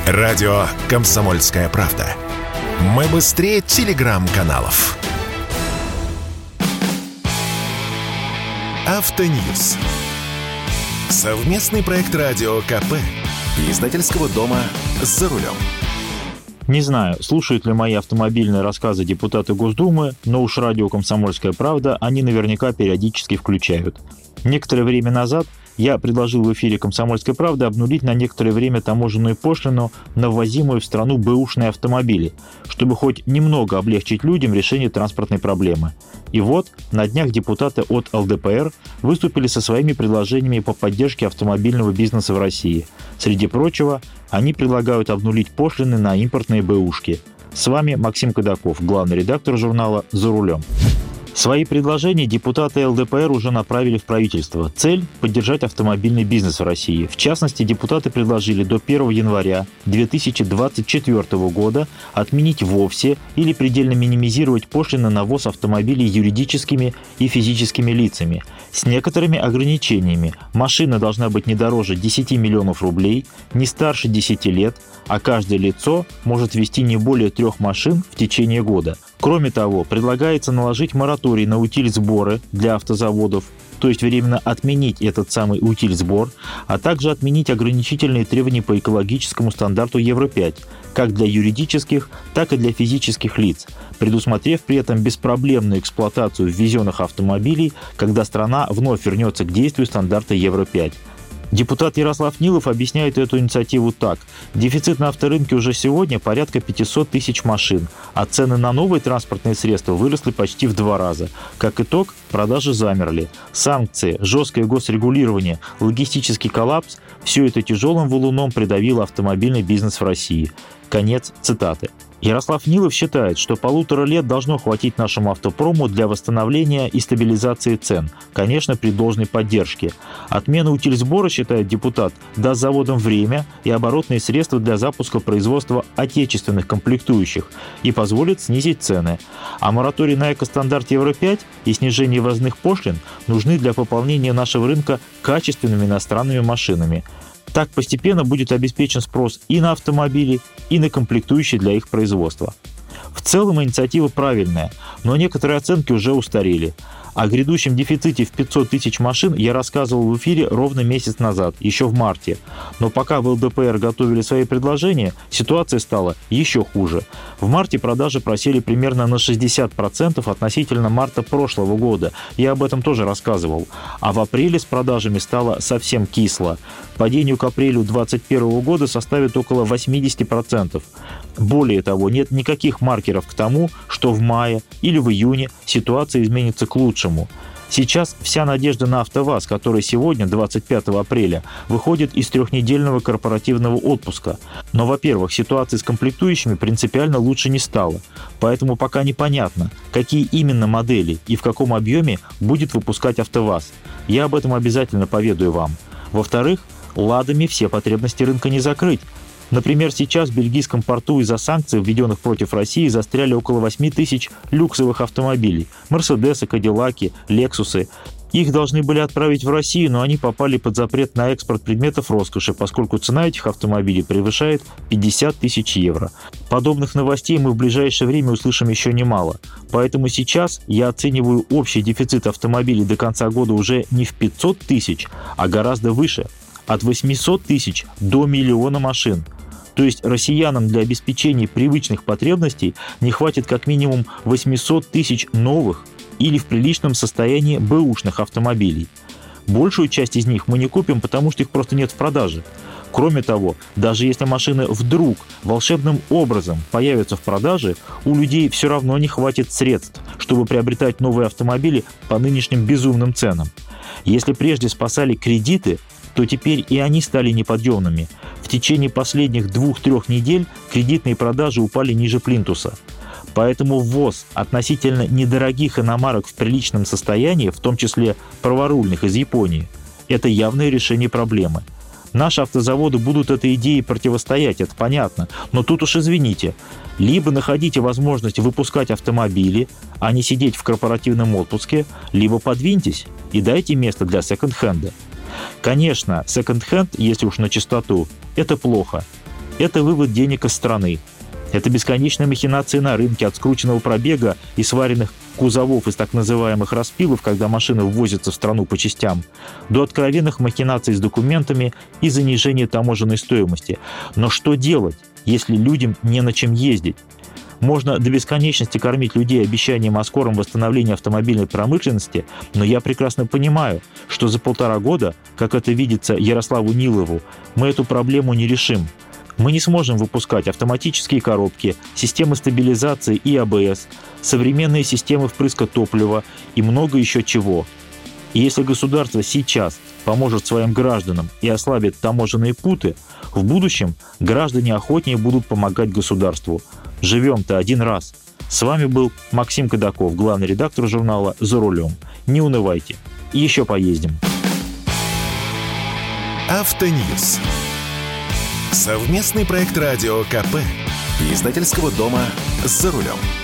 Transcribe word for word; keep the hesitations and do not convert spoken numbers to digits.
Радио «Комсомольская правда». Мы быстрее телеграм-каналов. Автоньюз. Совместный проект радио КП и издательского дома «За рулем». Не знаю, слушают ли мои автомобильные рассказы депутаты Госдумы, но уж радио «Комсомольская правда» они наверняка периодически включают. Некоторое время назад я предложил в эфире «Комсомольской правды» обнулить на некоторое время таможенную пошлину на ввозимые в страну бэушные автомобили, чтобы хоть немного облегчить людям решение транспортной проблемы. И вот на днях депутаты от эл дэ пэ эр выступили со своими предложениями по поддержке автомобильного бизнеса в России. Среди прочего, они предлагают обнулить пошлины на импортные бэушки. С вами Максим Кадаков, главный редактор журнала «За рулем». Свои предложения депутаты эл дэ пэ эр уже направили в правительство. Цель – поддержать автомобильный бизнес в России. В частности, депутаты предложили до первого января две тысячи двадцать четвёртого года отменить вовсе или предельно минимизировать пошлины на ввоз автомобилей юридическими и физическими лицами. С некоторыми ограничениями. Машина должна быть не дороже десяти миллионов рублей, не старше десяти лет, а каждое лицо может везти не более трех машин в течение года. Кроме того, предлагается наложить мораторий на утильсборы для автозаводов, то есть временно отменить этот самый утильсбор, а также отменить ограничительные требования по экологическому стандарту Евро пять, как для юридических, так и для физических лиц, предусмотрев при этом беспроблемную эксплуатацию ввезенных автомобилей, когда страна вновь вернется к действию стандарта Евро пять. Депутат Ярослав Нилов объясняет эту инициативу так. Дефицит на авторынке уже сегодня порядка пятьсот тысяч машин, а цены на новые транспортные средства выросли почти в два раза. Как итог, продажи замерли. Санкции, жесткое госрегулирование, логистический коллапс – все это тяжелым валуном придавило автомобильный бизнес в России. Конец цитаты. Ярослав Нилов считает, что полутора лет должно хватить нашему автопрому для восстановления и стабилизации цен, конечно, при должной поддержке. Отмена утильсбора, считает депутат, даст заводам время и оборотные средства для запуска производства отечественных комплектующих и позволит снизить цены. А мораторий на экостандарт Евро пять и снижение ввозных пошлин нужны для пополнения нашего рынка качественными иностранными машинами. Так постепенно будет обеспечен спрос и на автомобили, и на комплектующие для их производства. В целом инициатива правильная, но некоторые оценки уже устарели. О грядущем дефиците в пятьсот тысяч машин я рассказывал в эфире ровно месяц назад, еще в марте. Но пока в эл дэ пэ эр готовили свои предложения, ситуация стала еще хуже. В марте продажи просели примерно на шестьдесят процентов относительно марта прошлого года. Я об этом тоже рассказывал. А в апреле с продажами стало совсем кисло. Падение к апрелю две тысячи двадцать первого года составит около восемьдесят процентов. Более того, нет никаких маркеров к тому, что в мае или в июне ситуация изменится к лучшему. Сейчас вся надежда на АвтоВАЗ, который сегодня, двадцать пятого апреля, выходит из трехнедельного корпоративного отпуска. Но, во-первых, ситуация с комплектующими принципиально лучше не стала. Поэтому пока непонятно, какие именно модели и в каком объеме будет выпускать АвтоВАЗ. Я об этом обязательно поведаю вам. Во-вторых, ладами все потребности рынка не закрыть. Например, сейчас в бельгийском порту из-за санкций, введенных против России, застряли около восемь тысяч люксовых автомобилей. Мерседесы, Кадиллаки, Лексусы. Их должны были отправить в Россию, но они попали под запрет на экспорт предметов роскоши, поскольку цена этих автомобилей превышает пятьдесят тысяч евро. Подобных новостей мы в ближайшее время услышим еще немало. Поэтому сейчас я оцениваю общий дефицит автомобилей до конца года уже не в пятьсот тысяч, а гораздо выше. От восьмисот тысяч до миллиона машин. То есть россиянам для обеспечения привычных потребностей не хватит как минимум восьмисот тысяч новых или в приличном состоянии бэушных автомобилей. Большую часть из них мы не купим, потому что их просто нет в продаже. Кроме того, даже если машины вдруг волшебным образом появятся в продаже, у людей все равно не хватит средств, чтобы приобретать новые автомобили по нынешним безумным ценам. Если прежде спасали кредиты, то теперь и они стали неподъемными. В течение последних двух-трех недель кредитные продажи упали ниже плинтуса. Поэтому ввоз относительно недорогих иномарок в приличном состоянии, в том числе праворульных из Японии, это явное решение проблемы. Наши автозаводы будут этой идее противостоять, это понятно. Но тут уж извините, либо находите возможность выпускать автомобили, а не сидеть в корпоративном отпуске, либо подвиньтесь и дайте место для секонд-хенда. Конечно, секонд-хенд, если уж на чистоту, это плохо. Это вывод денег из страны. Это бесконечные махинации на рынке от скрученного пробега и сваренных кузовов из так называемых распилов, когда машины ввозятся в страну по частям, до откровенных махинаций с документами и занижения таможенной стоимости. Но что делать, если людям не на чем ездить? Можно до бесконечности кормить людей обещанием о скором восстановлении автомобильной промышленности, но я прекрасно понимаю, что за полтора года, как это видится Ярославу Нилову, мы эту проблему не решим. Мы не сможем выпускать автоматические коробки, системы стабилизации и а бэ эс, современные системы впрыска топлива и много еще чего. И если государство сейчас поможет своим гражданам и ослабит таможенные путы, в будущем граждане охотнее будут помогать государству. Живем-то один раз. С вами был Максим Кадаков, главный редактор журнала «За рулем». Не унывайте. Еще поездим. Автоньюз. Совместный проект радио ка пэ и издательского дома «За рулем».